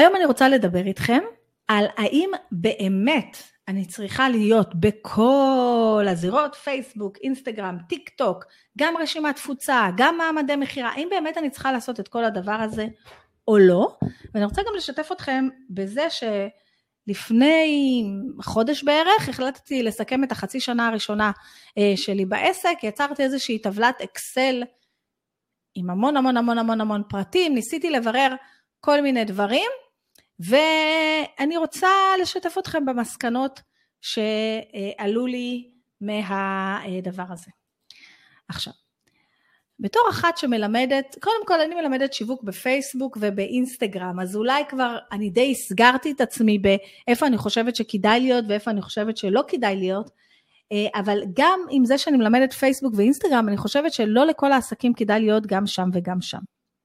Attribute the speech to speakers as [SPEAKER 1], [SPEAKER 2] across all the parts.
[SPEAKER 1] היום אני רוצה לדבר איתכם על האם באמת אני צריכה להיות בכל הזירות, פייסבוק, אינסטגרם, טיק טוק, גם רשימת תפוצה, גם מעמדי מחירה, האם באמת אני צריכה לעשות את כל הדבר הזה או לא? ואני רוצה גם לשתף אתכם בזה שלפני חודש בערך החלטתי לסכם את החצי שנה הראשונה שלי בעסק, יצרתי איזושהי טבלת אקסל עם המון פרטים, ניסיתי לברר כל מיני דברים, ואני רוצה לשתף אתכם במסקנות שעלו לי מהדבר הזה. עכשיו, בתור אחת שמלמדת, קודם כל אני מלמדת שיווק בפייסבוק ובאינסטגרם, אז אולי כבר אני די הסגרתי את עצמי באיפה אני חושבת שכדאי להיות ואיפה אני חושבת שלא כדאי להיות, אבל גם עם זה שאני מלמדת פייסבוק ואינסטגרם, אני חושבת שלא לכל העסקים כדאי להיות גם שם וגם שם.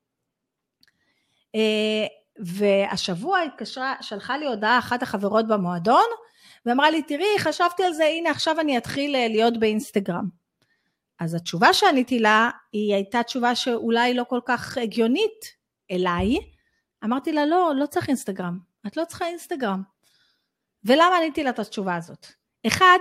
[SPEAKER 1] והשבוע שלחה לי הודעה אחת החברות במועדון, ואמרה לי, תראי, חשבתי על זה, הנה עכשיו אני אתחיל להיות באינסטגרם. אז התשובה שעניתי לה, היא הייתה תשובה שאולי לא כל כך הגיונית אליי, אמרתי לה, לא צריך אינסטגרם, את לא צריכה אינסטגרם. ולמה עניתי לה את התשובה הזאת? אחד,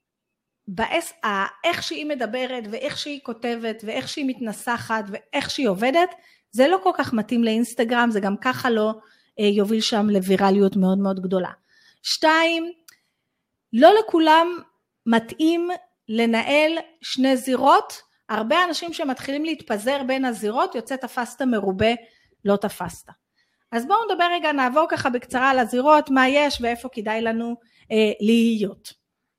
[SPEAKER 1] איך שהיא מדברת, ואיך שהיא כותבת, ואיך שהיא מתנסחת, ואיך שהיא עובדת, זה לא כל כך מתאים לאינסטגרם, זה גם ככה לא יוביל שם לווירליות מאוד מאוד גדולה. 2, לא לכולם מתאים לנהל שני זירות, הרבה אנשים שמתחילים להתפזר בין הזירות, יוצא תפסת מרובה, לא תפסת. אז בואו נדבר רגע, נעבור ככה בקצרה על הזירות, מה יש ואיפה כדאי לנו להיות.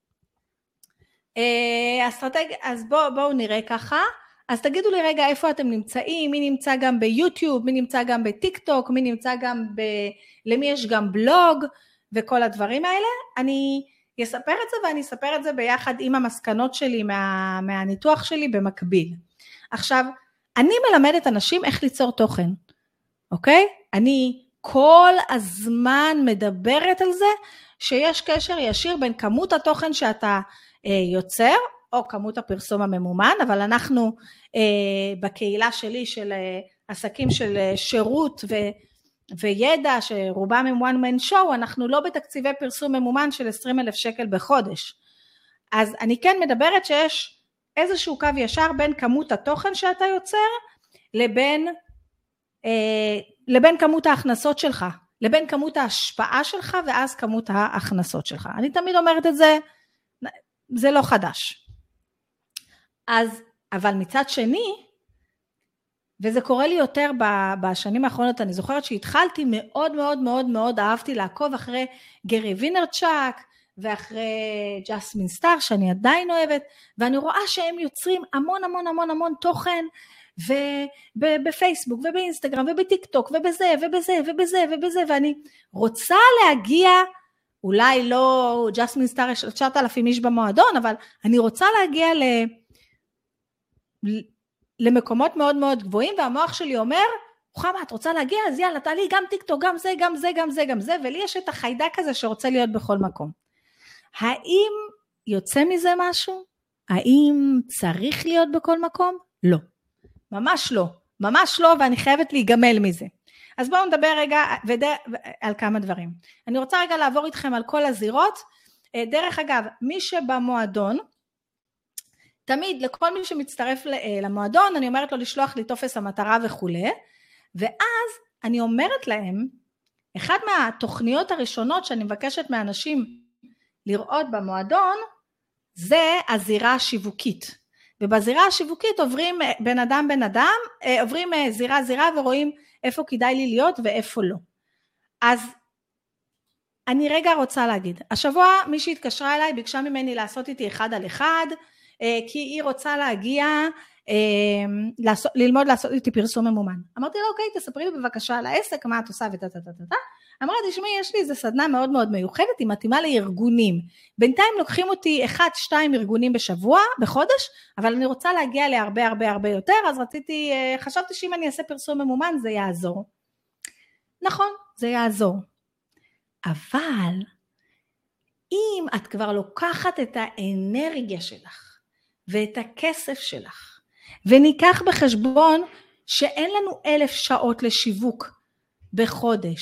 [SPEAKER 1] אז בואו נראה ככה, אז תגידו לי רגע איפה אתם נמצאים, מי נמצא גם ביוטיוב, מי נמצא גם בטיק טוק, מי נמצא גם למי יש גם בלוג וכל הדברים האלה. אני אספר את זה ואני אספר את זה ביחד עם המסקנות שלי מהניתוח שלי במקביל. עכשיו, אני מלמדת אנשים איך ליצור תוכן, אוקיי? אני כל הזמן מדברת על זה שיש קשר ישיר בין כמות התוכן שאתה יוצר, או כמות הפרסום הממומן, אבל אנחנו בקהילה שלי של עסקים של שירות וידע, שרובם הם one man show, אנחנו לא בתקציבי פרסום ממומן של 20,000 שקל בחודש. אז אני כן מדברת שיש איזשהו קו ישר בין כמות התוכן שאתה יוצר, לבין כמות ההכנסות שלך, לבין כמות ההשפעה שלך, ואז כמות ההכנסות שלך. אני תמיד אומרת את זה, זה לא חדש. אבל מצד שני, וזה קורה לי יותר בשנים האחרונות, אני זוכרת שהתחלתי מאוד מאוד מאוד מאוד אהבתי לעקוב אחרי גרי וינרצ'אק, ואחרי ג'סמין סטאר שאני עדיין אוהבת, ואני רואה שהם יוצרים המון תוכן, ובפייסבוק ובאינסטגרם ובטיק טוק ובזה, ואני רוצה להגיע, אולי לא ג'סמין סטאר יש 9,000 איש במועדון, אבל אני רוצה להגיע למקומות מאוד מאוד גבוהים, והמוח שלי אומר, רוחמה, את רוצה להגיע? אז יאללה, תעלי גם טיק טוק, גם זה, ולי יש את החיידק הזה שרוצה להיות בכל מקום. האם יוצא מזה משהו? האם צריך להיות בכל מקום? לא. ממש לא, ואני חייבת להיגמל מזה. אז בואו נדבר רגע על כמה דברים. אני רוצה רגע לעבור איתכם על כל הזירות. דרך אגב, מי שבמועדון, תמיד לכל מי שמצטרף למועדון, אני אומרת לו לשלוח לי טופס המטרה וכו'. ואז אני אומרת להם, אחד מהתוכניות הראשונות שאני מבקשת מאנשים לראות במועדון, זה הזירה השיווקית. ובזירה השיווקית עוברים בן אדם, עוברים זירה ורואים איפה כדאי לי להיות ואיפה לא. אז אני רגע רוצה להגיד, השבוע מי שהתקשרה אליי ביקשה ממני לעשות איתי 1 על 1, כי היא רוצה להגיע, ללמוד לעשות איתי פרסום ממומן. אמרתי לה, אוקיי, תספרי לי בבקשה על העסק, מה את עושה ותתתתתת. אמרה, תשמעי, יש לי איזו סדנה מאוד מאוד מיוחדת, היא מתאימה לארגונים. בינתיים לוקחים אותי 1-2 ארגונים בחודש, אבל אני רוצה להגיע להרבה יותר, אז חשבתי שאם אני אעשה פרסום ממומן, זה יעזור. נכון, זה יעזור. אבל, אם את כבר לוקחת את האנרגיה שלך, ואת הכסף שלך, וניקח בחשבון שאין לנו 1,000 שעות לשיווק בחודש,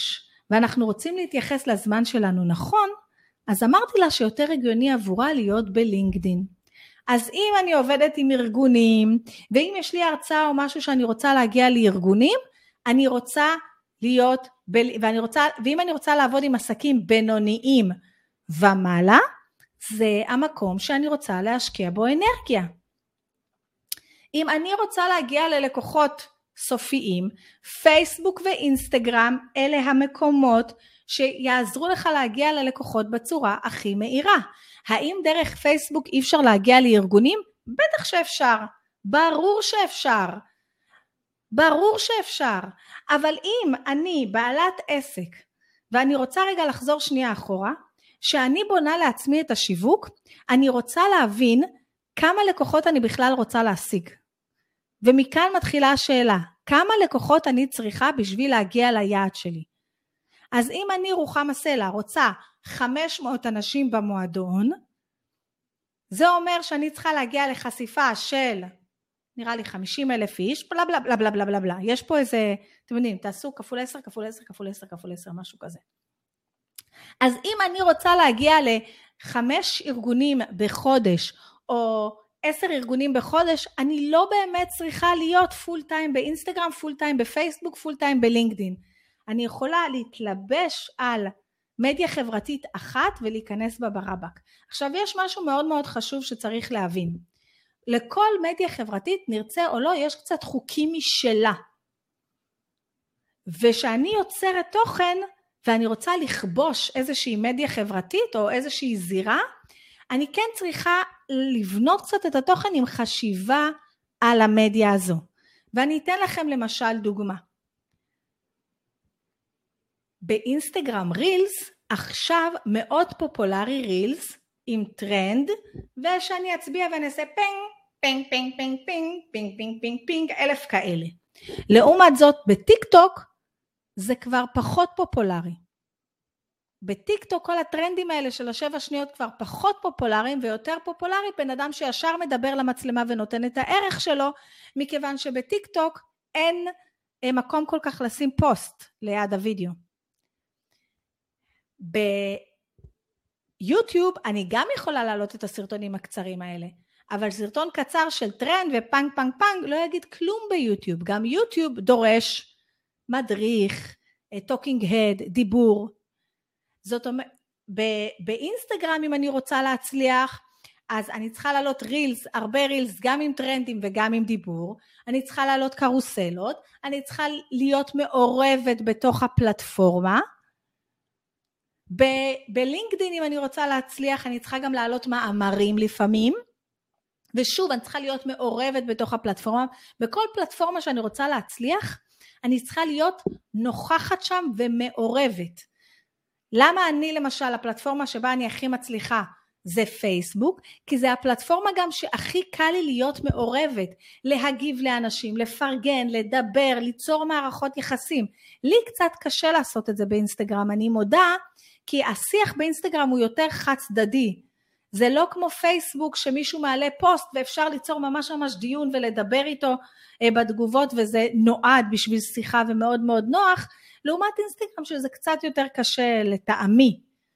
[SPEAKER 1] ואנחנו רוצים להתייחס לזמן שלנו נכון, אז אמרתי לה שיותר הגיוני עבורה להיות בלינקדין. אז אם אני עובדת עם ארגונים, ואם יש לי הרצאה או משהו שאני רוצה להגיע לארגונים, אני רוצה להיות, ואם אני רוצה לעבוד עם עסקים בינוניים ומעלה, זה המקום שאני רוצה להשקיע בו אנרגיה. אם אני רוצה להגיע ללקוחות סופיים, פייסבוק ואינסטגרם אלה המקומות שיעזרו לך להגיע ללקוחות בצורה הכי מהירה. האם דרך פייסבוק אי אפשר להגיע לארגונים? בטח שאפשר, ברור שאפשר, ברור שאפשר. אבל אם אני בעלת עסק, ואני רוצה רגע לחזור שנייה אחורה, שאני בונה לעצמי את השיווק, אני רוצה להבין כמה לקוחות אני בכלל רוצה להשיג. ומכאן מתחילה השאלה, כמה לקוחות אני צריכה בשביל להגיע ליעד שלי? אז אם אני רוחמה סלע רוצה 500 אנשים במועדון, זה אומר שאני צריכה להגיע לחשיפה של, נראה לי 50,000 איש, בלה בלה בלה בלה בלה בלה. יש פה איזה, אתם יודעים, תעשו כפול 10, כפול 10, כפול 10, כפול 10, משהו כזה. אז אם אני רוצה להגיע ל5 ארגונים בחודש, או 10 ארגונים בחודש, אני לא באמת צריכה להיות פול טיים באינסטגרם, פול טיים בפייסבוק, פול טיים בלינקדין. אני יכולה להתלבש על מדיה חברתית אחת ולהיכנס בה ברבק. עכשיו יש משהו מאוד מאוד חשוב שצריך להבין. לכל מדיה חברתית, נרצה או לא, יש קצת חוקים משלה. ושאני יוצרת תוכן, ואני רוצה לכבוש איזושהי מדיה חברתית או איזושהי זירה, אני כן צריכה לבנות קצת את התוכן עם חשיבה על המדיה הזו. ואני אתן לכם למשל דוגמה. באינסטגרם רילס, עכשיו מאוד פופולרי רילס עם טרנד, ושאני אצביע ואני אעשה פינג, פינג, פינג, פינג, פינג, פינג, פינג, פינג, 1000 כאלה. לעומת זאת, בטיק טוק זה כבר פחות פופולרי. בטיק טוק כל הטרנדים האלה של 7 שניות כבר פחות פופולריים, ויותר פופולרי בן אדם שישר מדבר למצלמה ונותן את הערך שלו, מכיוון שבטיק טוק אין מקום כל כך לשים פוסט ליד הוידאו. ביוטיוב אני גם יכולה להעלות את הסרטונים הקצרים האלה, אבל סרטון קצר של טרנד ופנג פנג פנג לא יגיד כלום ביוטיוב. גם יוטיוב דורש מדריך, טוקינג הד, דיבור. זאת אומרת, באינסטגרם אם אני רוצה להצליח, אז אני צריכה לעלות רילס, הרבה רילס, גם עם טרנדים וגם עם דיבור, אני צריכה לעלות קרוסלות, אני צריכה להיות מעורבת בתוך הפלטפורמה, בלינקדין אם אני רוצה להצליח, אני צריכה גם לעלות מאמרים לפעמים, ושוב אני צריכה להיות מעורבת בתוך הפלטפורמה, בכל פלטפורמה שאני רוצה להצליח, אני צריכה להיות נוכחת שם ומעורבת. למה אני למשל, הפלטפורמה שבה אני הכי מצליחה, זה פייסבוק, כי זה הפלטפורמה גם שהכי קל לי להיות מעורבת, להגיב לאנשים, לפרגן, לדבר, ליצור מערכות יחסים. לי קצת קשה לעשות את זה באינסטגרם, אני מודה, כי השיח באינסטגרם הוא יותר חד צדדי. זה לא כמו פייסבוק שמישהו מעלה פוסט ואפשר ליצור ממש ממש דיון ולדבר איתו בתגובות, וזה נועד בשביל שיחה ומאוד מאוד נוח, לעומת אינסטגרם שזה קצת יותר קשה לטעמי.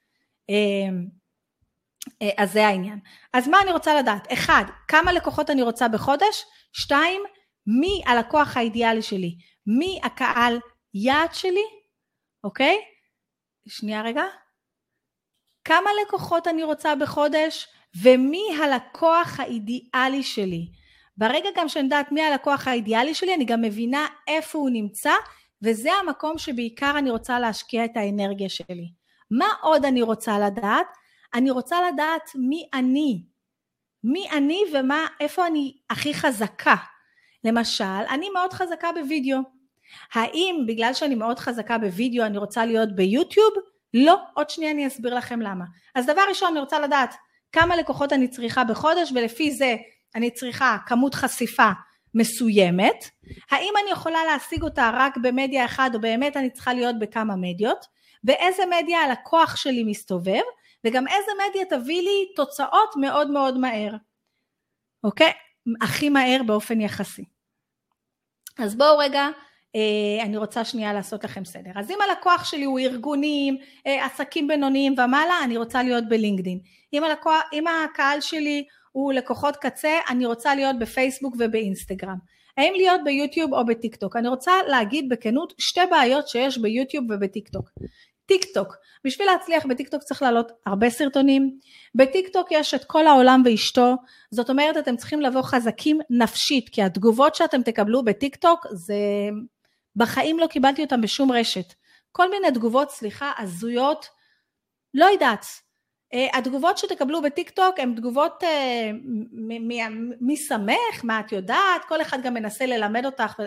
[SPEAKER 1] אז זה העניין. אז מה אני רוצה לדעת? 1, כמה לקוחות אני רוצה בחודש? 2, מי הלקוח האידיאלי שלי? מי הקהל יעד שלי? אוקיי? שנייה רגע. כמה לקוחות אני רוצה בחודש? ומי הלקוח האידיאלי שלי? ברגע גם שאני יודעת מי הלקוח האידיאלי שלי, אני גם מבינה איפה הוא נמצא, וזה המקום שבעיקר אני רוצה להשקיע את האנרגיה שלי. מה עוד אני רוצה לדעת? אני רוצה לדעת מי אני. מי אני ומה, איפה אני הכי חזקה. למשל, אני מאוד חזקה בווידאו. האם בגלל שאני מאוד חזקה בווידאו אני רוצה להיות ביוטיוב? לא, עוד שנייה אני אסביר לכם למה. אז דבר ראשון אני רוצה לדעת כמה לקוחות אני צריכה בחודש, ולפי זה אני צריכה כמות חשיפה מסוימת. האם אני יכולה להשיג אותה רק במדיה אחת, או באמת אני צריכה להיות בכמה מדיות? באיזה מדיה הלקוח שלי מסתובב? וגם איזה מדיה תביא לי תוצאות מאוד מאוד מהר. אוקיי? הכי מהר באופן יחסי. אז בואו רגע אני רוצה שנייה לעשות לכם סדר. אז אם הלקוח שלי הוא ארגונים, עסקים בינוניים ומעלה, אני רוצה להיות בלינקדין. אם הקהל שלי הוא לקוחות קצה, אני רוצה להיות בפייסבוק ובאינסטגרם. האם להיות ביוטיוב או בטיקטוק? אני רוצה להגיד בכנות שתי בעיות שיש ביוטיוב ובטיקטוק. טיקטוק, בשביל להצליח בטיקטוק צריך לעלות הרבה סרטונים, בטיקטוק יש את כל העולם ואשתו, זאת אומרת אתם צריכים לבוא חזקים נפשית, כי התגובות שאתם תקבלו בטיקטוק, זה בחיים לא קיבלתי אותם בשום רשת, כל מיני תגובות, סליחה, הזויות, לא יודעת, התגובות שתקבלו בטיקטוק הן תגובות מי שמח, מה את יודעת, כל אחד גם מנסה ללמד אותך,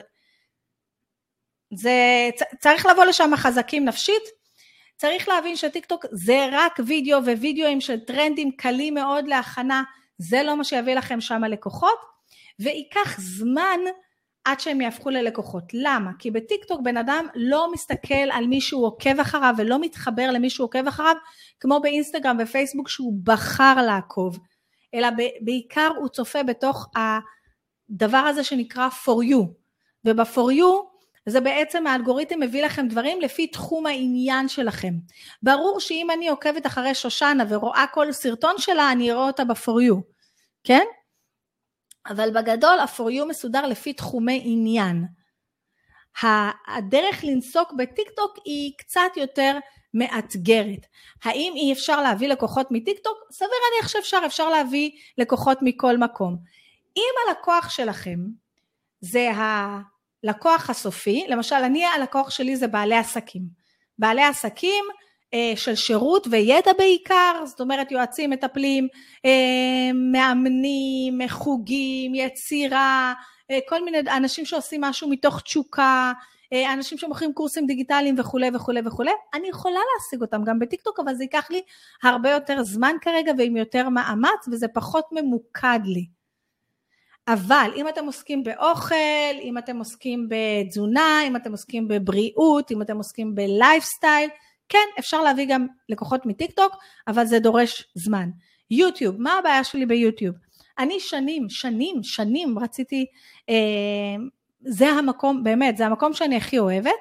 [SPEAKER 1] צריך לבוא לשם חזקים נפשית, צריך להבין שטיקטוק זה רק וידאו ווידאוים של טרנדים קלים מאוד להכנה, זה לא מה שיביא לכם שם לקוחות, וייקח זמן עד שהם יהפכו ללקוחות. למה? כי בטיקטוק בן אדם לא מסתכל על מי שהוא עוקב אחריו, ולא מתחבר למי שהוא עוקב אחריו, כמו באינסטגרם ופייסבוק שהוא בחר לעקוב, אלא בעיקר הוא צופה בתוך הדבר הזה שנקרא for you, וב-for you, זה בעצם האלגוריתם מביא לכם דברים לפי תחום העניין שלכם. ברור שאם אני עוקבת אחרי שושנה ורואה כל סרטון שלה, אני אראה אותה ב-for you, כן? אבל בגדול ה-for you מסודר לפי תחומי עניין. הדרך לנסוק בטיקטוק היא קצת יותר מאתגרת. האם אי אפשר להביא לקוחות מטיקטוק? סביר אני חושב אפשר להביא לקוחות מכל מקום. אם הלקוח שלכם זה לקוח הסופי, למשל הלקוח שלי זה בעלי עסקים, בעלי עסקים של שירות וידע בעיקר, זאת אומרת יועצים, מטפלים, מאמנים, חוגים, יצירה, כל מיני אנשים שעושים משהו מתוך תשוקה, אנשים שמוכרים קורסים דיגיטליים וכו' וכו' וכו', אני יכולה להשיג אותם גם בטיקטוק, אבל זה ייקח לי הרבה יותר זמן כרגע ועם יותר מאמץ, וזה פחות ממוקד לי. אבל אם אתם עוסקים באוכל, אם אתם עוסקים בתזונה, אם אתם עוסקים בבריאות, אם אתם עוסקים בלייפסטייל, כן, אפשר להביא גם לקוחות מטיקטוק, אבל זה דורש זמן. יוטיוב, מה הבעיה שלי ביוטיוב? אני שנים רציתי, זה המקום, באמת, זה המקום שאני הכי אוהבת.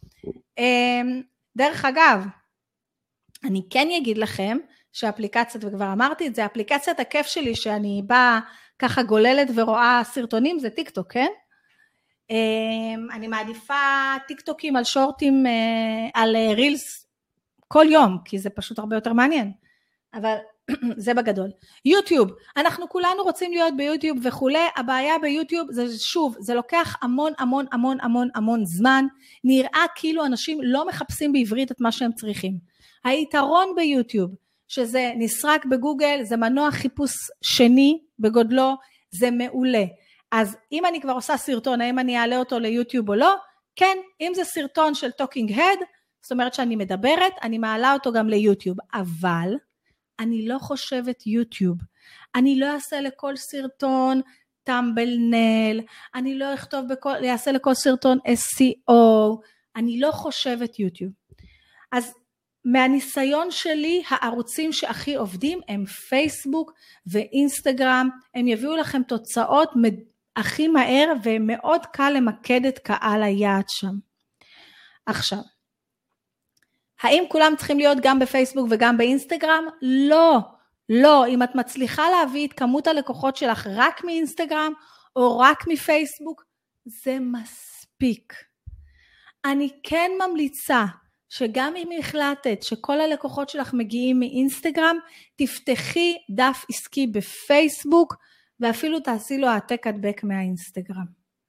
[SPEAKER 1] דרך אגב, אני כן אגיד לכם, שהאפליקציית, וכבר אמרתי את זה, האפליקציית הכיף שלי, שאני באה ככה גוללת ורואה סרטונים, זה טיקטוק, כן? אני מעדיפה טיקטוקים על שורטים, על רילס כל יום, כי זה פשוט הרבה יותר מעניין, אבל זה בגדול. יוטיוב, אנחנו כולנו רוצים להיות ביוטיוב וכולי, הבעיה ביוטיוב זה שוב, זה לוקח המון זמן, נראה כאילו אנשים לא מחפשים בעברית את מה שהם צריכים. היתרון ביוטיוב, שזה נסרק בגוגל, זה מנוע חיפוש שני בגודלו, זה מעולה. אז אם אני כבר עושה סרטון, האם אני אעלה אותו ליוטיוב או לא? כן, אם זה סרטון של טוקינג הד, זאת אומרת שאני מדברת, אני מעלה אותו גם ליוטיוב, אבל אני לא חושבת יוטיוב. אני לא אעשה לכל סרטון טמבלנל, אני לא אעשה לכל סרטון SEO, אני לא חושבת יוטיוב. אז מהניסיון שלי, הערוצים שהכי עובדים הם פייסבוק ואינסטגרם, הם יביאו לכם תוצאות הכי מהר, ומאוד קל למקד את קהל היעד שם. עכשיו, האם כולם צריכים להיות גם בפייסבוק וגם באינסטגרם? לא, אם את מצליחה להביא את כמות הלקוחות שלך רק מאינסטגרם, או רק מפייסבוק, זה מספיק. אני כן ממליצה, שגם אם החלטת שכל הלקוחות שלך מגיעים מאינסטגרם, תפתחי דף עסקי בפייסבוק, ואפילו תעשי לו העתק הדבק מהאינסטגרם.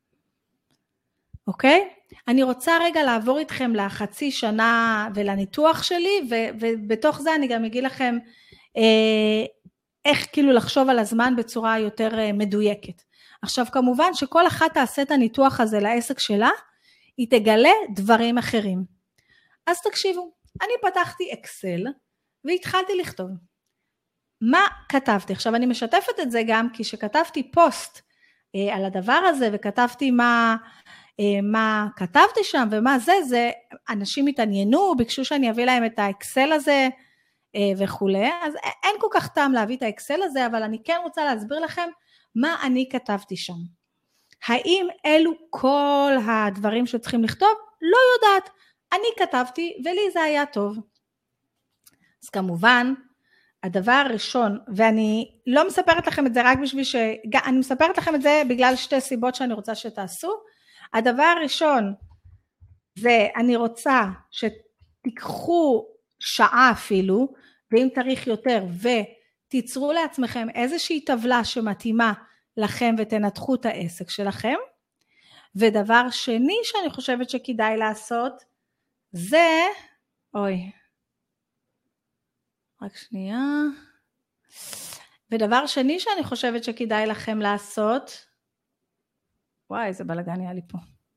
[SPEAKER 1] אוקיי? אני רוצה רגע לעבור איתכם לחצי שנה ולניתוח שלי, ובתוך זה אני גם אגיד לכם איך כאילו לחשוב על הזמן בצורה יותר מדויקת. עכשיו כמובן שכל אחת תעשה את הניתוח הזה לעסק שלה, היא תגלה דברים אחרים. אז תקשיבו, אני פתחתי אקסל והתחלתי לכתוב. מה כתבתי? עכשיו אני משתפת את זה גם כי שכתבתי פוסט על הדבר הזה וכתבתי מה כתבתי שם ומה זה אנשים התעניינו, ביקשו שאני אביא להם את האקסל הזה וכו'. אז אין כל כך טעם להביא את האקסל הזה, אבל אני כן רוצה להסביר לכם מה אני כתבתי שם. האם אלו כל הדברים שצריכים לכתוב? לא יודעת. אני כתבתי ולי זה היה טוב. אז כמובן, הדבר הראשון, ואני לא מספרת לכם את זה רק בשביל אני מספרת לכם את זה בגלל שתי סיבות שאני רוצה שתעשו. הדבר הראשון, זה אני רוצה שתיקחו שעה אפילו, ואם צריך יותר, ותיצרו לעצמכם איזושהי טבלה שמתאימה לכם ותנתחו את העסק שלכם. ודבר שני שאני חושבת שכדאי לעשות, זה, רק שנייה. ודבר שני שאני חושבת שכדאי לכם לעשות, איזה בלגן היה לי פה.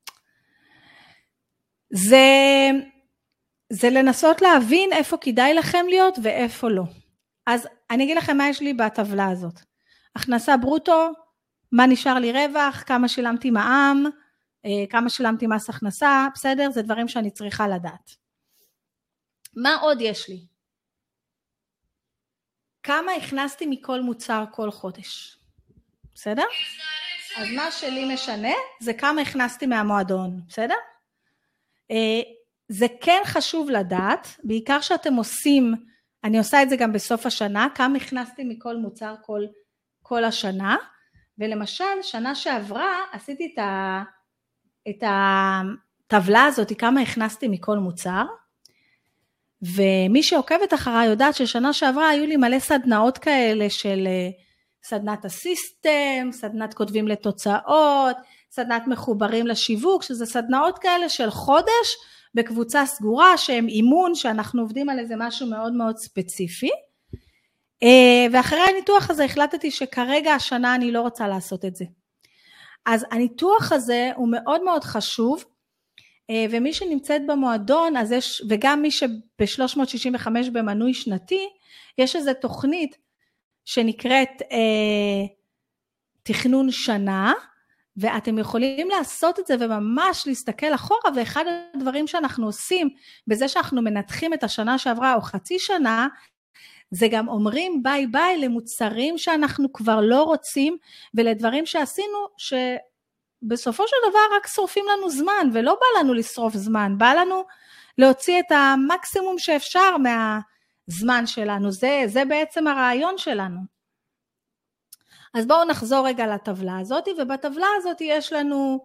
[SPEAKER 1] זה לנסות להבין איפה כדאי לכם להיות ואיפה לא. אז אני אגיד לכם מה יש לי בטבלה הזאת. הכנסה ברוטו, מה נשאר לי רווח, כמה שילמתי מע"מ, כמה שילמתי מס הכנסה, בסדר? זה דברים שאני צריכה לדעת. מה עוד יש לי? כמה הכנסתי מכל מוצר כל חודש. בסדר? אז מה שלי משנה זה כמה הכנסתי מהמועדון. בסדר? זה כן חשוב לדעת, בעיקר שאתם עושים, אני עושה את זה גם בסוף השנה, כמה הכנסתי מכל מוצר כל השנה, ולמשל שנה שעברה עשיתי את הטבלה הזאת, כמה הכנסתי מכל מוצר, ומי שעוקבת אחריי יודעת ששנה שעברה היו לי מלא סדנאות כאלה של סדנת הסיסטם, סדנת כותבים לתוצאות, סדנת מחוברים לשיווק, שזה סדנאות כאלה של חודש בקבוצה סגורה, שהם אימון, שאנחנו עובדים על איזה משהו מאוד מאוד ספציפי, ואחרי הניתוח הזה החלטתי שכרגע השנה אני לא רוצה לעשות את זה. אז הניתוח הזה הוא מאוד מאוד חשוב, ומי שנמצאת במועדון, אז יש, וגם מי שב-365 במנוי שנתי, יש איזו תוכנית שנקראת תכנון שנה, ואתם יכולים לעשות את זה וממש להסתכל אחורה, ואחד הדברים שאנחנו עושים, בזה שאנחנו מנתחים את השנה שעברה או חצי שנה, זה גם אומרים ביי ביי למוצרים שאנחנו כבר לא רוצים, ולדברים שעשינו שבסופו של דבר רק שורפים לנו זמן, ולא בא לנו לשרוף זמן, בא לנו להוציא את המקסימום שאפשר מהזמן שלנו, זה בעצם הרעיון שלנו. אז בואו נחזור רגע לטבלה הזאת, ובטבלה הזאת יש לנו,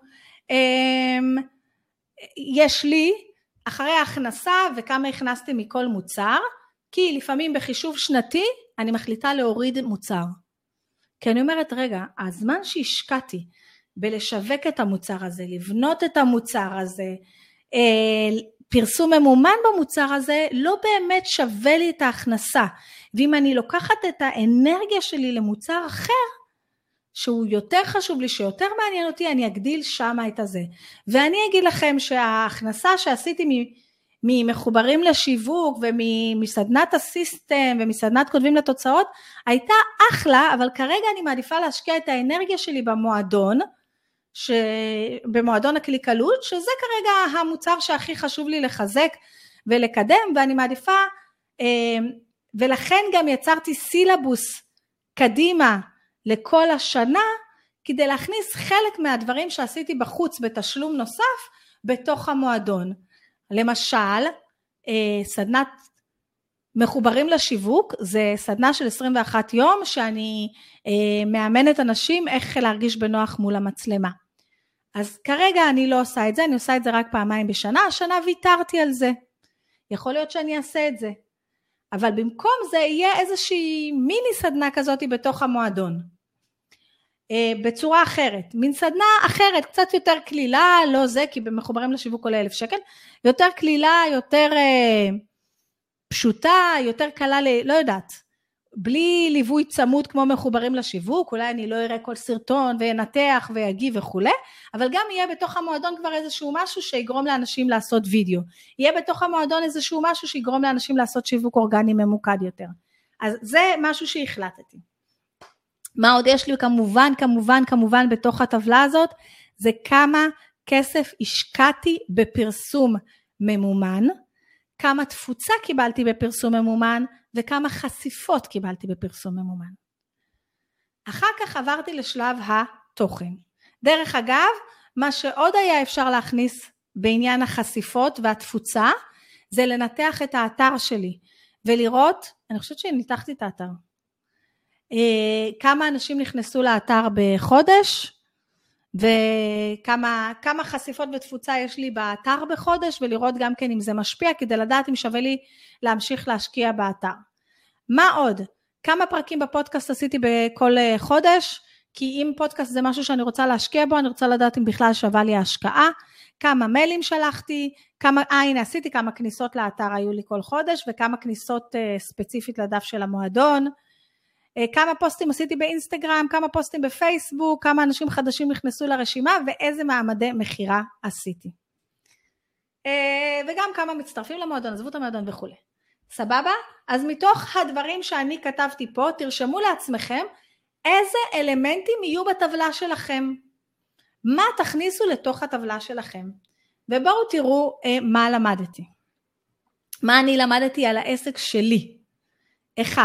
[SPEAKER 1] יש לי אחרי ההכנסה וכמה הכנסתי מכל מוצר, כי לפעמים בחישוב שנתי אני מחליטה להוריד מוצר. כי אני אומרת, רגע, הזמן שהשקעתי בלשווק את המוצר הזה, לבנות את המוצר הזה, פרסום ממומן במוצר הזה, לא באמת שווה לי את ההכנסה. ואם אני לוקחת את האנרגיה שלי למוצר אחר, שהוא יותר חשוב לי, שיותר מעניין אותי, אני אגדיל שמה את הזה. ואני אגיד לכם שההכנסה שעשיתי ממחוברים לשיווק ומסדנת הסיסטם ומסדנת כותבים לתוצאות, הייתה אחלה, אבל כרגע אני מעדיפה להשקיע את האנרגיה שלי במועדון, במועדון הקליקלות, שזה כרגע המוצר שהכי חשוב לי לחזק ולקדם, ואני מעדיפה, ולכן גם יצרתי סילבוס קדימה לכל השנה, כדי להכניס חלק מהדברים שעשיתי בחוץ בתשלום נוסף, בתוך המועדון. למשל, סדנת מחוברים לשיווק, זה סדנה של 21 יום, שאני מאמנת אנשים איך להרגיש בנוח מול המצלמה. אז כרגע אני לא עושה את זה, אני עושה את זה רק פעמיים בשנה, השנה ויתרתי על זה. יכול להיות שאני אעשה את זה. אבל במקום זה יהיה איזושהי מיני סדנה כזאת בתוך המועדון. בצורה אחרת, מין סדנה אחרת, קצת יותר כלילה, לא זה, כי במחוברים לשיווק עולה 1,000 שקל, יותר כלילה, יותר פשוטה, יותר קלה, לא יודעת, בלי ליווי צמוד כמו מחוברים לשיווק, אולי אני לא אראה כל סרטון וינתח ויגיב וכו', אבל גם יהיה בתוך המועדון כבר איזשהו משהו שיגרום לאנשים לעשות וידאו, יהיה בתוך המועדון איזשהו משהו שיגרום לאנשים לעשות שיווק אורגני ממוקד יותר, אז זה משהו שהחלטתי. מה עוד יש לי? כמובן בתוך הטבלה הזאת, זה כמה כסף השקעתי בפרסום ממומן, כמה תפוצה קיבלתי בפרסום ממומן, וכמה חשיפות קיבלתי בפרסום ממומן. אחר כך עברתי לשלב התוכן, דרך אגב, מה שעוד היה אפשר להכניס בעניין החשיפות והתפוצה, זה לנתח את האתר שלי, ולראות, אני חושבת שניתחתי את האתר, כמה אנשים נכנסו לאתר בחודש, וכמה חשיפות ותפוצה יש לי באתר בחודש, ולראות גם כן אם זה משפיע, כדי לדעת אם שווה לי להמשיך להשקיע באתר. מה עוד? כמה פרקים בפודקאסט עשיתי בכל חודש, כי אם פודקאסט זה משהו שאני רוצה להשקיע בו, אני רוצה לדעת אם בכלל שווה לי ההשקעה, כמה מיילים שלחתי, הנה עשיתי כמה כניסות לאתר היו לי כל חודש, וכמה כניסות ספציפית לדף של המועדון, כמה פוסטים עשיתי באינסטגרם, כמה פוסטים בפייסבוק, כמה אנשים חדשים נכנסו לרשימה, ואיזה מעמדי מחירה עשיתי. וגם כמה מצטרפים למועדון, עזבו את המועדון וכו'. סבבה? אז מתוך הדברים שאני כתבתי פה, תרשמו לעצמכם, איזה אלמנטים יהיו בטבלה שלכם. מה תכניסו לתוך הטבלה שלכם. ובואו תראו מה למדתי. מה אני למדתי על העסק שלי. 1.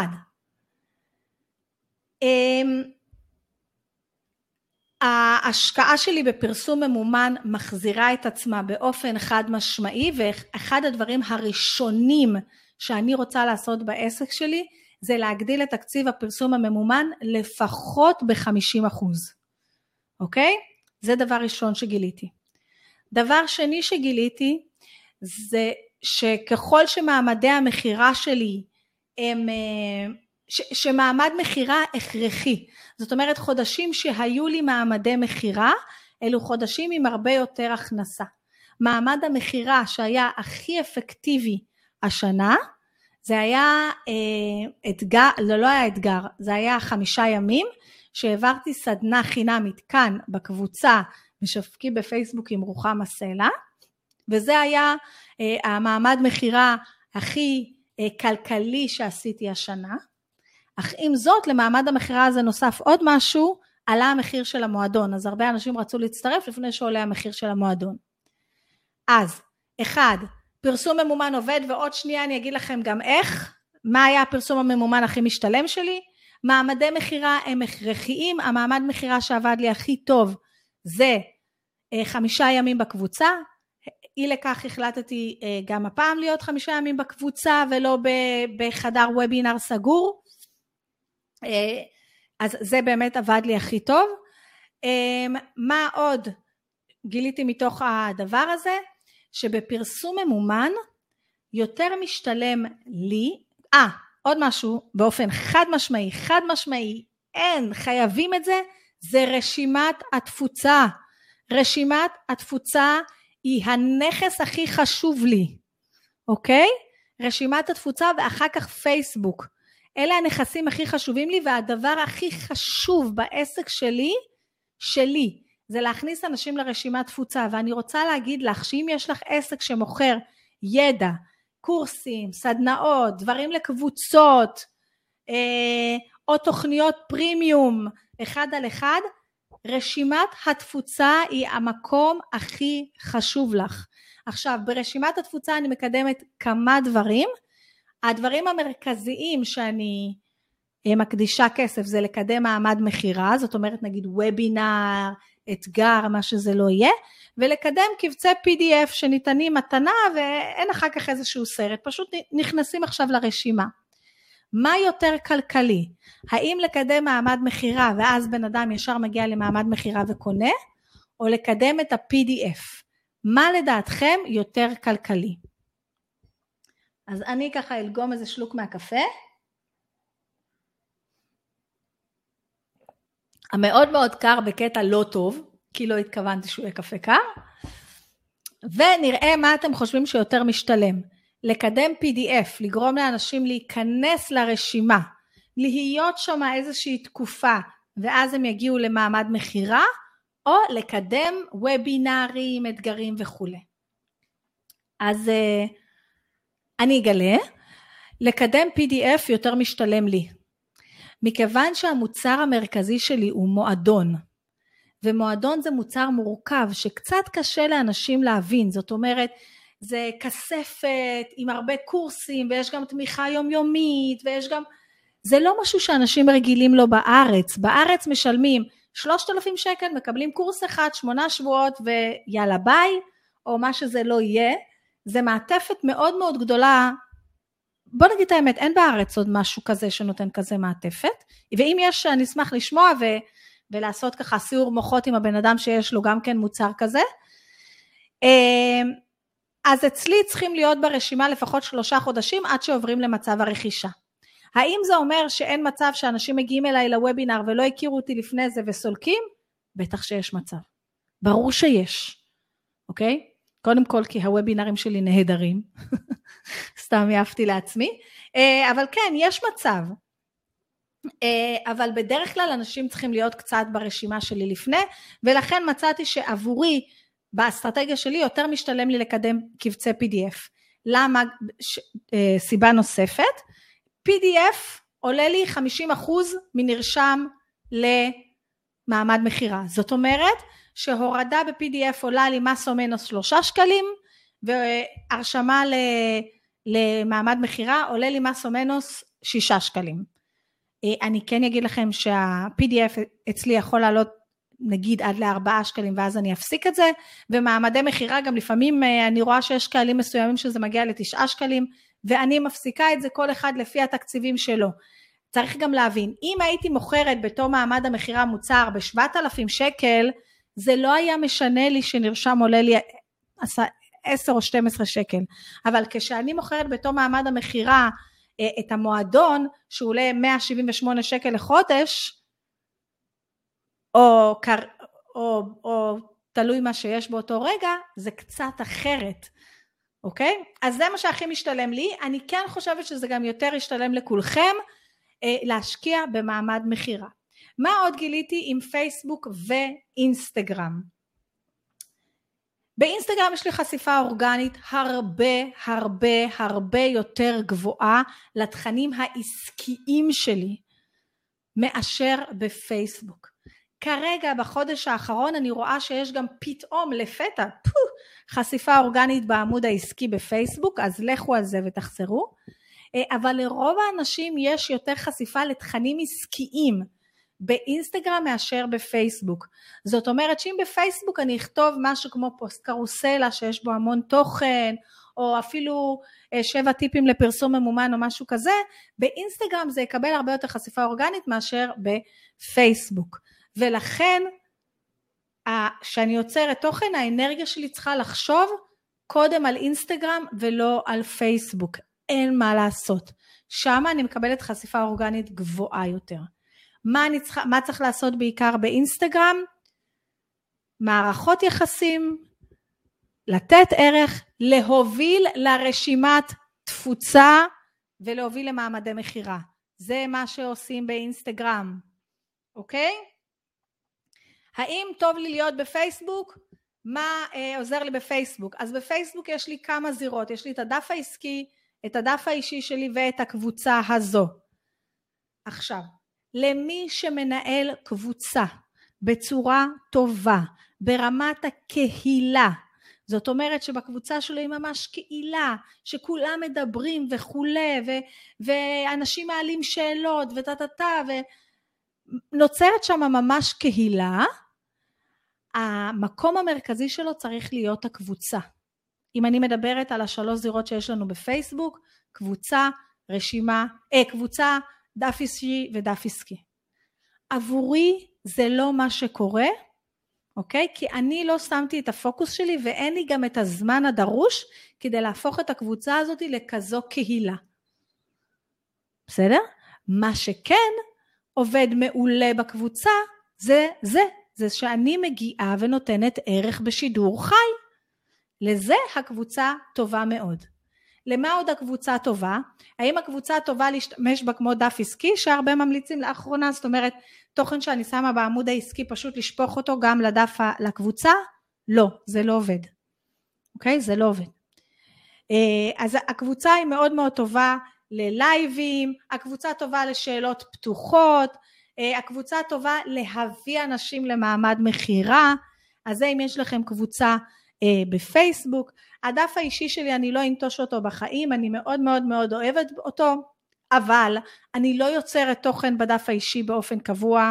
[SPEAKER 1] ההשקעה שלי בפרסום ממומן מחזירה את עצמה באופן חד משמעי, ואחד הדברים הראשונים שאני רוצה לעשות בעסק שלי, זה להגדיל את תקציב הפרסום הממומן לפחות ב-50%. אוקיי? זה דבר ראשון שגיליתי. דבר שני שגיליתי, זה שככל שמעמדי המחירה שלי הם שמעמד מחירה הכרחי, זאת אומרת חודשים שהיו לי מעמדי מחירה, אלו חודשים עם הרבה יותר הכנסה. מעמד המחירה שהיה הכי אפקטיבי השנה, זה היה אתגר, לא היה אתגר, זה היה 5 ימים, שהעברתי סדנה חינמית כאן בקבוצה, משווקים בפייסבוק עם רוחמה סלע, וזה היה המעמד מחירה הכי כלכלי שעשיתי השנה, אך עם זאת למעמד המחירה הזה נוסף עוד משהו, עלה המחיר של המועדון, אז הרבה אנשים רצו להצטרף לפני שעולה המחיר של המועדון. אז 1, פרסום ממומן עובד, ועוד שנייה אני אגיד לכם גם איך, מה היה הפרסום הממומן הכי משתלם שלי, מעמדי מחירה הם הכרחיים, המעמד מחירה שעבד לי הכי טוב זה 5 ימים בקבוצה, אי לכך החלטתי גם הפעם להיות 5 ימים בקבוצה ולא בחדר וובינר סגור, אז זה באמת עבד לי הכי טוב. מה עוד גיליתי מתוך הדבר הזה? שבפרסום ממומן יותר משתלם לי, עוד משהו באופן חד משמעי, אין, חייבים את זה, זה רשימת התפוצה. רשימת התפוצה היא הנכס הכי חשוב לי, אוקיי? רשימת התפוצה ואחר כך פייסבוק. אלה הנכסים הכי חשובים לי, והדבר הכי חשוב בעסק שלי, זה להכניס אנשים לרשימת תפוצה, ואני רוצה להגיד לך שאם יש לך עסק שמוכר ידע, קורסים, סדנאות, דברים לקבוצות, או תוכניות פרימיום, 1-על-1, רשימת התפוצה היא המקום הכי חשוב לך. עכשיו, ברשימת התפוצה אני מקדמת כמה דברים, הדברים המרכזיים שאני מקדישה כסף זה לקדם מעמד מחירה, זאת אומרת נגיד וובינר, אתגר, מה שזה לא יהיה, ולקדם קבצי PDF שניתנים מתנה ואין אחר כך איזשהו סרט, פשוט נכנסים עכשיו לרשימה. מה יותר כלכלי? האם לקדם מעמד מחירה ואז בן אדם ישר מגיע למעמד מחירה וקונה, או לקדם את ה-PDF? מה לדעתכם יותר כלכלי? אז אני ככה אלגום איזה שלוק מהקפה. המאוד מאוד קר בקטע לא טוב, כי לא התכוונתי שהוא יהיה קפה קר. ונראה מה אתם חושבים שיותר משתלם. לקדם PDF, לגרום לאנשים להיכנס לרשימה, להיות שם איזושהי תקופה, ואז הם יגיעו למעמד מחירה, או לקדם וובינרים, אתגרים וכו'. אז אני אגלה, לקדם PDF יותר משתלם לי. מכיוון שהמוצר המרכזי שלי הוא מועדון, ומועדון זה מוצר מורכב שקצת קשה לאנשים להבין, זאת אומרת, זה כספת עם הרבה קורסים, ויש גם תמיכה יומיומית, ויש גם, זה לא משהו שאנשים רגילים לו בארץ. בארץ משלמים 3,000 שקל, מקבלים קורס אחד, 8 שבועות ויאללה ביי, או מה שזה לא יהיה. זה מעטפת מאוד מאוד גדולה. בוא נגיד את האמת, אין בארץ עוד משהו כזה שנותן כזה מעטפת, ואם יש, אני אשמח לשמוע ולעשות ככה סיור מוחות עם הבן אדם שיש לו גם כן מוצר כזה. אז אצלי צריכים להיות ברשימה לפחות 3 חודשים עד שעוברים למצב הרכישה. האם זה אומר שאין מצב שאנשים מגיעים אליי לוובינר ולא הכירו אותי לפני זה וסולקים? בטח שיש מצב. ברור שיש. אוקיי? קודם כל כי הוובינרים שלי נהדרים. סתם יאפתי לעצמי. אבל כן, יש מצב. אבל בדרך כלל אנשים צריכים להיות קצת ברשימה שלי לפני, ולכן מצאתי שעבורי, באסטרטגיה שלי, יותר משתלם לי לקדם קבצי PDF. למה? סיבה נוספת. PDF עולה לי 50% מנרשם למעמד מחירה. זאת אומרת שהורדה ב-PDF עולה לי מס או מינוס 3 שקלים, והרשמה למעמד מחירה עולה לי מס או מינוס 6 שקלים. אני כן אגיד לכם שה-PDF אצלי יכול לעלות נגיד עד ל4 שקלים, ואז אני אפסיק את זה, ומעמדי מחירה גם לפעמים אני רואה שיש קהלים מסוימים שזה מגיע ל9 שקלים, ואני מפסיקה את זה כל אחד לפי התקציבים שלו. צריך גם להבין, אם הייתי מוכרת בתום מעמד המחירה מוצר ב7,000 שקל, זה לא היה משנה לי שנרשם עולה לי 10 או 12 שקל, אבל כשאני מוכרת בתום מעמד המחירה את המועדון, שהוא עולה 178 שקל לחודש, או תלוי מה שיש באותו רגע, זה קצת אחרת. אוקיי? אז זה מה שהכי משתלם לי. אני כן חושבת שזה גם יותר ישתלם לכולכם להשקיע במעמד מחירה. מה עוד גיליתי עם פייסבוק ואינסטגרם? באינסטגרם יש לי חשיפה אורגנית הרבה יותר גבוהה לתכנים העסקיים שלי מאשר בפייסבוק. כרגע בחודש האחרון אני רואה שיש גם פתאום לפתע חשיפה אורגנית בעמוד העסקי בפייסבוק, אז לכו על זה ותחזרו. אבל לרוב האנשים יש יותר חשיפה לתכנים עסקיים באינסטגרם מאשר בפייסבוק. זאת אומרת שאם בפייסבוק אני אכתוב משהו כמו פוסט קרוסלה שיש בו המון תוכן, או אפילו 7 טיפים לפרסום ממומן או משהו כזה, באינסטגרם זה יקבל הרבה יותר חשיפה אורגנית מאשר בפייסבוק. ולכן כשאני יוצרת תוכן, האנרגיה שלי צריכה לחשוב קודם על אינסטגרם ולא על פייסבוק. אין מה לעשות. שם אני מקבלת חשיפה אורגנית גבוהה יותר. מה צריך לעשות בעיקר באינסטגרם? מערכות יחסים, לתת ערך, להוביל לרשימת תפוצה ולהוביל למעמדי מחירה. זה מה שעושים באינסטגרם. אוקיי? האם טוב לי להיות בפייסבוק? מה עוזר לי בפייסבוק? אז בפייסבוק יש לי כמה זירות, יש לי את הדף העסקי, את הדף האישי שלי ואת הקבוצה הזו. עכשיו, למי שמנהל קבוצה בצורה טובה, ברמת הקהילה, זאת אומרת שבקבוצה שלו היא ממש קהילה, שכולם מדברים וכולי, ואנשים מעלים שאלות וטטטה, ונוצרת שם ממש קהילה, המקום המרכזי שלו צריך להיות הקבוצה. אם אני מדברת על 3 זירות שיש לנו בפייסבוק, קבוצה, קבוצה, דף אישי ודף עסקי. עבורי זה לא מה שקורה, אוקיי? כי אני לא שמתי את הפוקוס שלי ואין לי גם את הזמן הדרוש כדי להפוך את הקבוצה הזאת לכזו קהילה. בסדר? מה שכן עובד מעולה בקבוצה זה שאני מגיעה ונותנת ערך בשידור חי. לזה הקבוצה טובה מאוד. למה עוד הקבוצה טובה? האם הקבוצה טובה להשתמש בה כמו דף עסקי, שהרבה ממליצים לאחרונה, זאת אומרת, תוכן שאני שמה בעמוד העסקי פשוט לשפוך אותו גם לקבוצה? לא, זה לא עובד. אוקיי? זה לא עובד. אז הקבוצה היא מאוד מאוד טובה ללייבים, הקבוצה טובה לשאלות פתוחות, הקבוצה טובה להביא אנשים למעמד מחירה, אז זה אם יש לכם קבוצה בפייסבוק. הדף האישי שלי אני לא אנטוש אותו בחיים, אני מאוד מאוד מאוד אוהבת אותו, אבל אני לא יוצרת תוכן בדף האישי באופן קבוע,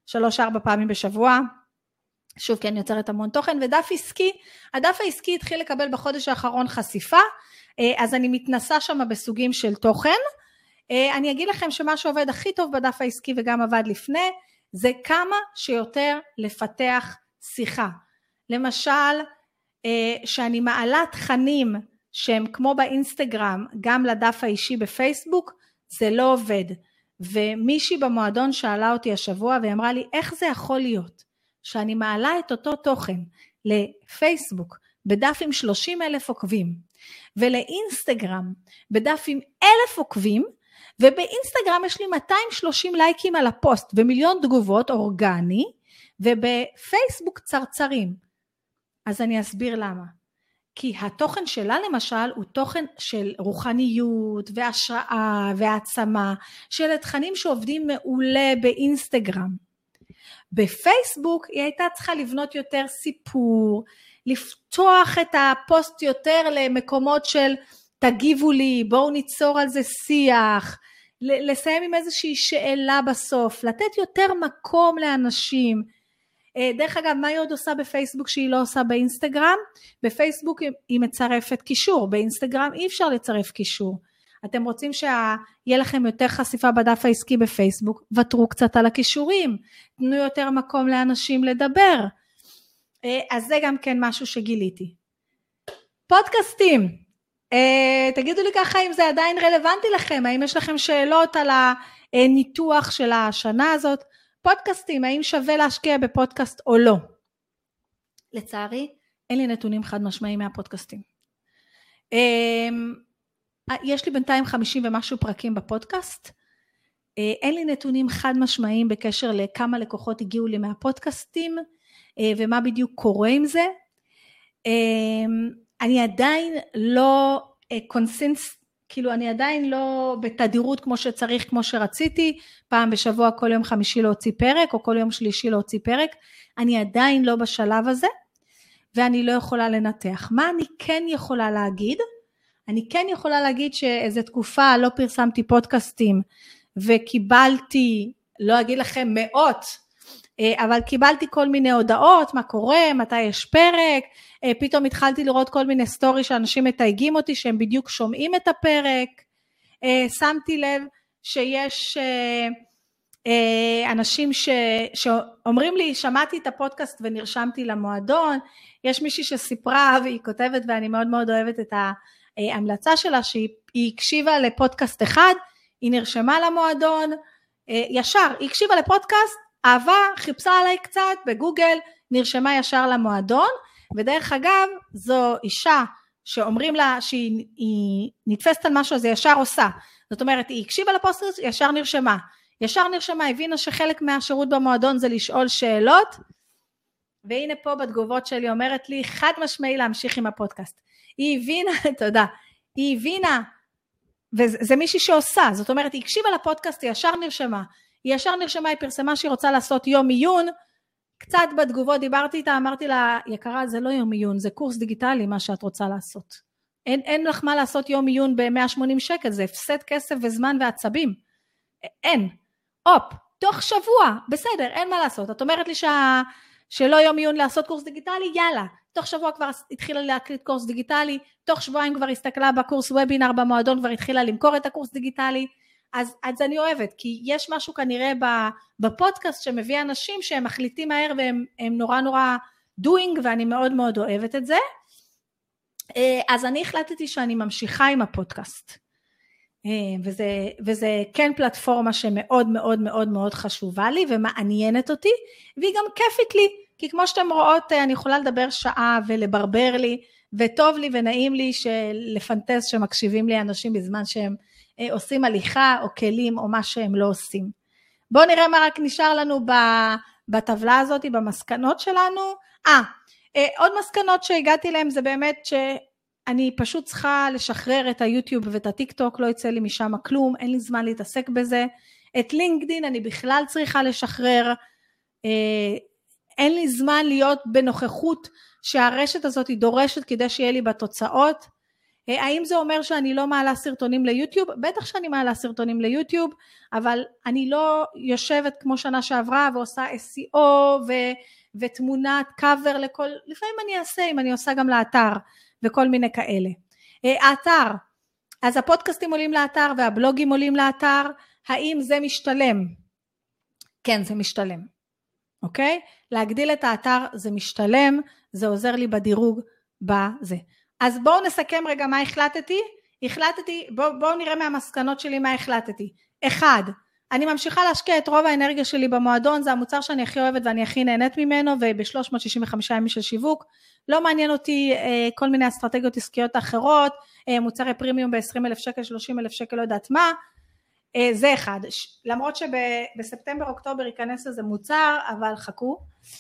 [SPEAKER 1] 3-4 פעמים בשבוע, שוב כי אני יוצרת המון תוכן, ודף עסקי, הדף העסקי התחיל לקבל בחודש האחרון חשיפה, אז אני מתנסה שם בסוגים של תוכן, אני אגיד לכם שמה שעובד הכי טוב בדף העסקי וגם עבד לפני, זה כמה שיותר לפתח שיחה. למשל, שאני מעלה תכנים שהם כמו באינסטגרם, גם לדף האישי בפייסבוק, זה לא עובד. ומישהי במועדון שאלה אותי השבוע, והיא אמרה לי, איך זה יכול להיות שאני מעלה את אותו תוכן לפייסבוק, בדף עם 30,000 עוקבים, ולאינסטגרם, בדף עם 1,000 עוקבים, ובאינסטגרם יש לי 230 לייקים על הפוסט, ומיליון תגובות אורגני, ובפייסבוק צרצרים. אז אני אסביר למה. כי התוכן שלה למשל הוא תוכן של רוחניות והשראה והעצמה, של תכנים שעובדים מעולה באינסטגרם. בפייסבוק היא הייתה צריכה לבנות יותר סיפור, לפתוח את הפוסט יותר למקומות של תגיבו לי, בואו ניצור על זה שיח, לסיים עם איזושהי שאלה בסוף, לתת יותר מקום לאנשים. דרך אגב, מה היא עוד עושה בפייסבוק שהיא לא עושה באינסטגרם? בפייסבוק היא מצרפת קישור, באינסטגרם אי אפשר לצרף קישור. אתם רוצים שיהיה לכם יותר חשיפה בדף העסקי בפייסבוק, ותרו קצת על הקישורים, תנו יותר מקום לאנשים לדבר. אז זה גם כן משהו שגיליתי. פודקאסטים, תגידו לי ככה אם זה עדיין רלוונטי לכם, האם יש לכם שאלות על הניתוח של השנה הזאת, פודקאסטים, האם שווה להשקיע בפודקאסט או לא? לצערי, אין לי נתונים חד משמעיים מהפודקאסטים. יש לי בינתיים 50 ומשהו פרקים בפודקאסט, אין לי נתונים חד משמעיים בקשר לכמה לקוחות הגיעו לי מהפודקאסטים, ומה בדיוק קורה עם זה. אני עדיין לא כאילו אני עדיין לא בתדירות כמו שצריך, כמו שרציתי, פעם בשבוע כל יום חמישי להוציא פרק, או כל יום שלישי להוציא פרק, אני עדיין לא בשלב הזה, ואני לא יכולה לנתח. מה אני כן יכולה להגיד? אני כן יכולה להגיד שאיזו תקופה לא פרסמתי פודקאסטים, וקיבלתי, לא אגיד לכם מאות, אבל קיבלתי כל מיני הודעות, מה קורה, מתי יש פרק, פתאום התחלתי לראות כל מיני סטורי שאנשים מתייגים אותי, שהם בדיוק שומעים את הפרק, שמתי לב שיש אנשים שאומרים לי, שמעתי את הפודקאסט ונרשמתי למועדון, יש מישהי שסיפרה והיא כותבת, ואני מאוד מאוד אוהבת את ההמלצה שלה, שהיא הקשיבה לפודקאסט אחד, היא נרשמה למועדון, ישר, היא הקשיבה לפודקאסט, אהבה, חיפשה עליי קצת בגוגל, נרשמה ישר למועדון, ודרך אגב, זו אישה שאומרים לה שהיא נתפסת על משהו, אז היא ישר עושה. זאת אומרת, היא הקשיבה לפודקאסט, ישר נרשמה, הבינה שחלק מהשירות במועדון זה לשאול שאלות, והנה פה בתגובות שלי אומרת לי, חד משמעי להמשיך עם הפודקאסט. היא הבינה, תודה, היא הבינה, וזה מישהי שעושה, זאת אומרת, היא הקשיבה לפודקאסט, היא ישר נרשמה, היא פרסמה שהיא רוצה לעשות יום עיון, קצת בתגובות דיברתי איתה, אמרתי לה, יקרה, זה לא יום עיון, זה קורס דיגיטלי, מה שאת רוצה לעשות. אין לך מה לעשות יום עיון ב-180 שקל, זה הפסד כסף וזמן ועצבים. אין. תוך שבוע, בסדר, אין מה לעשות. את אומרת לי שלא יום עיון לעשות קורס דיגיטלי, יאללה. תוך שבוע כבר התחילה להקליט קורס דיגיטלי, תוך שבועיים כבר הסתכלה בקורס וובינר במועדון, כבר התחילה למכור את הקורס דיגיטלי, אז אני אוהבת, כי יש משהו כנראה בפודקאסט שמביא אנשים שהם מחליטים מהר והם נורא נורא doing, ואני מאוד מאוד אוהבת את זה. אז אני החלטתי שאני ממשיכה עם הפודקאסט, וזה כן פלטפורמה שמאוד מאוד מאוד מאוד חשובה לי ומעניינת אותי, והיא גם כיפית לי, כי כמו שאתם רואות אני יכולה לדבר שעה ולברבר לי, וטוב לי ונעים לי לפנטז שמקשיבים לי אנשים בזמן שהם עושים הליכה או כלים או מה שהם לא עושים. בואו נראה מה רק נשאר לנו בטבלה הזאת, במסקנות שלנו. עוד מסקנות שהגעתי להם זה באמת שאני פשוט צריכה לשחרר את היוטיוב ואת הטיק טוק, לא יצא לי משם כלום, אין לי זמן להתעסק בזה. את לינקדין אני בכלל צריכה לשחרר, אין לי זמן להיות בנוכחות שהרשת הזאת היא דורשת כדי שיהיה לי בתוצאות. האם זה אומר שאני לא מעלה סרטונים ליוטיוב? בטח שאני מעלה סרטונים ליוטיוב, אבל אני לא יושבת כמו שנה שעברה ועושה SEO ותמונת קאבר לכל, לפעמים אני אעשה, אם אני עושה גם לאתר וכל מיני כאלה. האתר, אז הפודקאסטים עולים לאתר והבלוגים עולים לאתר, האם זה משתלם? כן, זה משתלם. אוקיי? להגדיל את האתר זה משתלם, זה עוזר לי בדירוג בזה. אז בואו נסכם רגע מה החלטתי. בואו נראה מהמסקנות שלי מה החלטתי. 1, אני ממשיכה להשקיע את רוב האנרגיה שלי במועדון, זה המוצר שאני הכי אוהבת ואני הכי נהנית ממנו, וב-365 ימים של שיווק, לא מעניין אותי כל מיני אסטרטגיות עסקיות אחרות, מוצרי פרימיום ב-20,000 שקל, 30,000 שקל, לא יודעת מה, זה 1, למרות שבספטמבר אוקטובר ייכנס לזה מוצר, אבל חכו.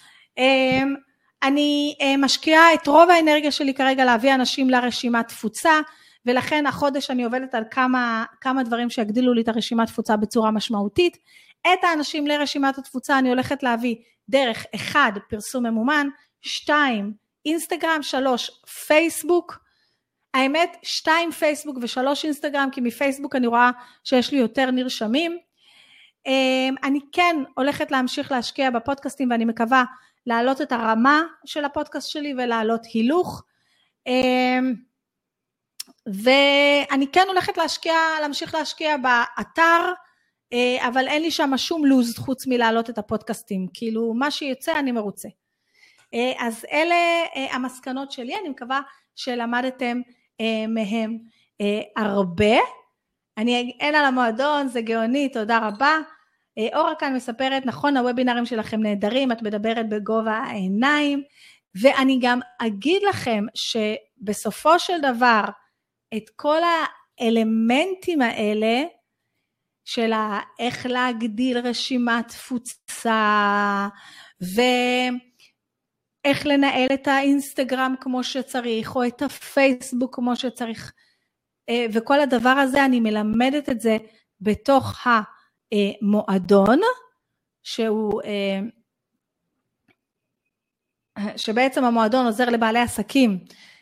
[SPEAKER 1] אני משקיעה את רוב האנרגיה שלי כרגע להביא אנשים לרשימת תפוצה, ולכן החודש אני עובדת על כמה דברים שיגדילו לי את הרשימת תפוצה בצורה משמעותית. את האנשים לרשימת התפוצה אני הולכת להביא דרך 1, פרסום ממומן, 2, אינסטגרם, 3, פייסבוק, האמת 2 פייסבוק ו3 אינסטגרם, כי מפייסבוק אני רואה שיש לי יותר נרשמים. אני כן הולכת להמשיך להשקיע בפודקאסטים, ואני מקווה להעלות את הרמה של הפודקאסט שלי ולהעלות הילוך, ואני כן הולכת להמשיך להשקיע באתר, אבל אין לי שם שום לוז חוץ מלהעלות את הפודקאסטים, כאילו מה שיוצא אני מרוצה. אז אלה המסקנות שלי, אני מקווה שלמדתם מהם הרבה. אני אין על המועדון, זה גאוני, תודה רבה. אורה כאן מספרת, נכון, הוובינרים שלכם נהדרים, את מדברת בגובה העיניים, ואני גם אגיד לכם שבסופו של דבר, את כל האלמנטים האלה, של איך להגדיל רשימת תפוצה, ואיך לנהל את האינסטגרם כמו שצריך, או את הפייסבוק כמו שצריך, וכל הדבר הזה, אני מלמדת את זה בתוך המועדון, שבעצם המועדון עוזר לבעלי עסקים,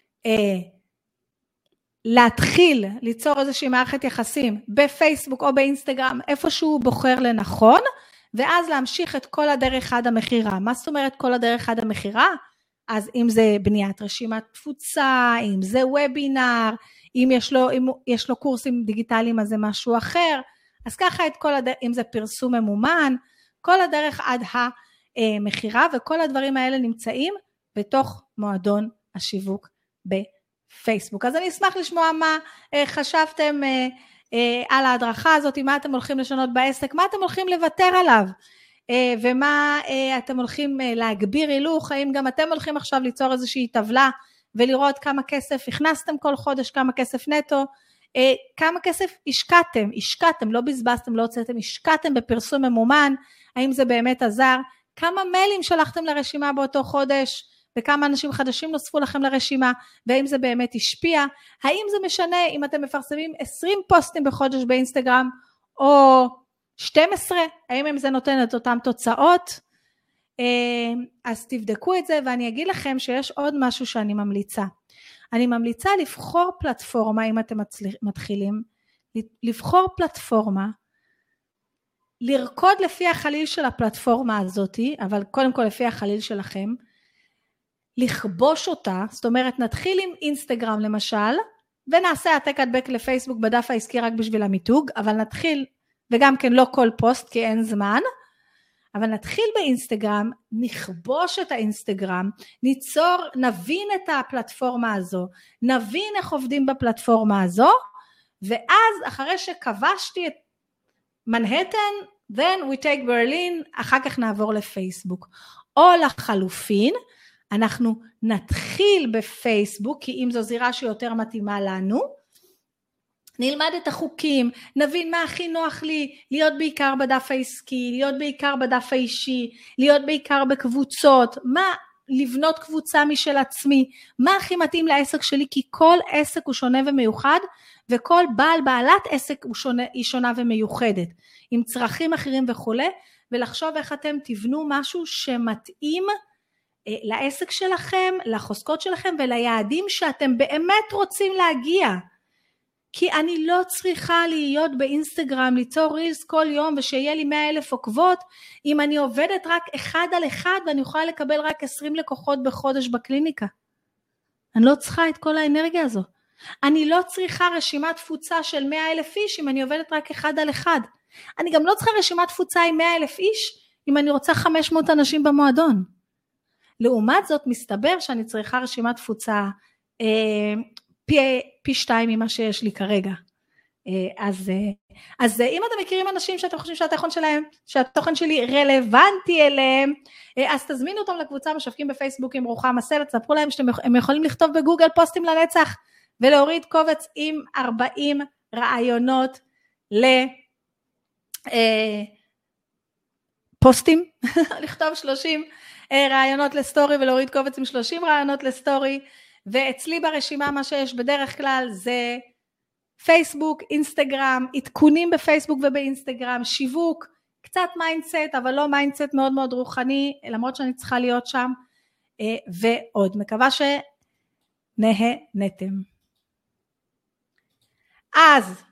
[SPEAKER 1] להתחיל ליצור איזושהי מערכת יחסים בפייסבוק או באינסטגרם, איפה שהוא בוחר לנכון, ואז להמשיך את כל הדרך עד המחירה. מה זאת אומרת כל הדרך עד המחירה? אז אם זה בניית רשימת תפוצה, אם זה וובינר, אם יש לו קורסים דיגיטליים, אז זה משהו אחר, אז ככה את כל הדרך, אם זה פרסום ממומן, כל הדרך עד המחירה, וכל הדברים האלה נמצאים בתוך מועדון השיווק בפייסבוק. אז אני אשמח לשמוע מה חשבתם על ההדרכה הזאת, מה אתם הולכים לשנות בעסק, מה אתם הולכים לוותר עליו, ומה אתם הולכים להגביר הילוך, האם גם אתם הולכים עכשיו ליצור איזושהי טבלה, ולראות כמה כסף הכנסתם כל חודש, כמה כסף נטו, כמה כסף השקעתם, לא בזבזתם, לא הוצאתם, השקעתם בפרסום ממומן, האם זה באמת עזר, כמה מיילים שלחתם לרשימה באותו חודש, וכמה אנשים חדשים נוספו לכם לרשימה, והאם זה באמת השפיע, האם זה משנה אם אתם מפרסמים 20 פוסטים בחודש באינסטגרם, או 12, האם זה נותן את אותם תוצאות, אז תבדקו את זה, ואני אגיד לכם שיש עוד משהו שאני ממליצה. אני ממליצה לבחור פלטפורמה, אם אתם מתחילים, לבחור פלטפורמה, לרקוד לפי החליל של הפלטפורמה הזאת, אבל קודם כל לפי החליל שלכם, לכבוש אותה, זאת אומרת נתחיל עם אינסטגרם למשל, ונעשה העתק הדבק לפייסבוק בדף העסקי רק בשביל המיתוג, אבל נתחיל, וגם כן לא כל פוסט כי אין זמן, אבל נתחיל באינסטגרם, נכבוש את האינסטגרם, נבין את הפלטפורמה הזו, נבין איך עובדים בפלטפורמה הזו, ואז אחרי שכבשתי את מנהטן, then we take Berlin, אחר כך נעבור לפייסבוק. או לחלופין, אנחנו נתחיל בפייסבוק, כי אם זו זירה שיותר מתאימה לנו, נלמד את החוקים, נבין מה הכי נוח לי, להיות בעיקר בדף העסקי, להיות בעיקר בדף האישי, להיות בעיקר בקבוצות, מה לבנות קבוצה משל עצמי, מה הכי מתאים לעסק שלי, כי כל עסק הוא שונה ומיוחד, וכל בעלת עסק היא שונה ומיוחדת, עם צרכים אחרים וכו', ולחשוב איך אתם תבנו משהו שמתאים לעסק שלכם, לחוזקות שלכם וליעדים שאתם באמת רוצים להגיע. כי אני לא צריכה להיות באינסטגרם, ליצור רילס כל יום ושיהיה לי 100,000 עוקבות, אם אני עובדת רק 1 על 1 ואני יכולה לקבל רק 20 לקוחות בחודש בקליניקה. אני לא צריכה את כל האנרגיה הזו. אני לא צריכה רשימת תפוצה של 100,000 איש אם אני עובדת רק 1 על 1. אני גם לא צריכה רשימת תפוצה עם 100,000 איש אם אני רוצה 500 אנשים במועדון. לעומת זאת מסתבר שאני צריכה רשימת תפוצה פי 2 ממה שיש לי כרגע. אז אם אתם מכירים אנשים שאתם חושבים שהתוכן שלי רלוונטי אליהם, אז תזמינו אותם לקבוצה משווקים בפייסבוק עם רוחמה סלע, תספרו להם שהם יכולים לכתוב בגוגל פוסטים לנצח, ולהוריד קובץ עם 40 רעיונות לפוסטים, לכתוב 30 רעיונות לסטורי ולהוריד קובץ עם 30 רעיונות לסטורי, ואצלי ברשימה מה שיש בדרך כלל זה פייסבוק, אינסטגרם, עדכונים בפייסבוק ובאינסטגרם, שיווק, קצת מיינדסט, אבל לא מיינדסט מאוד מאוד רוחני, למרות שאני צריכה להיות שם, ועוד. מקווה שנהנתם. אז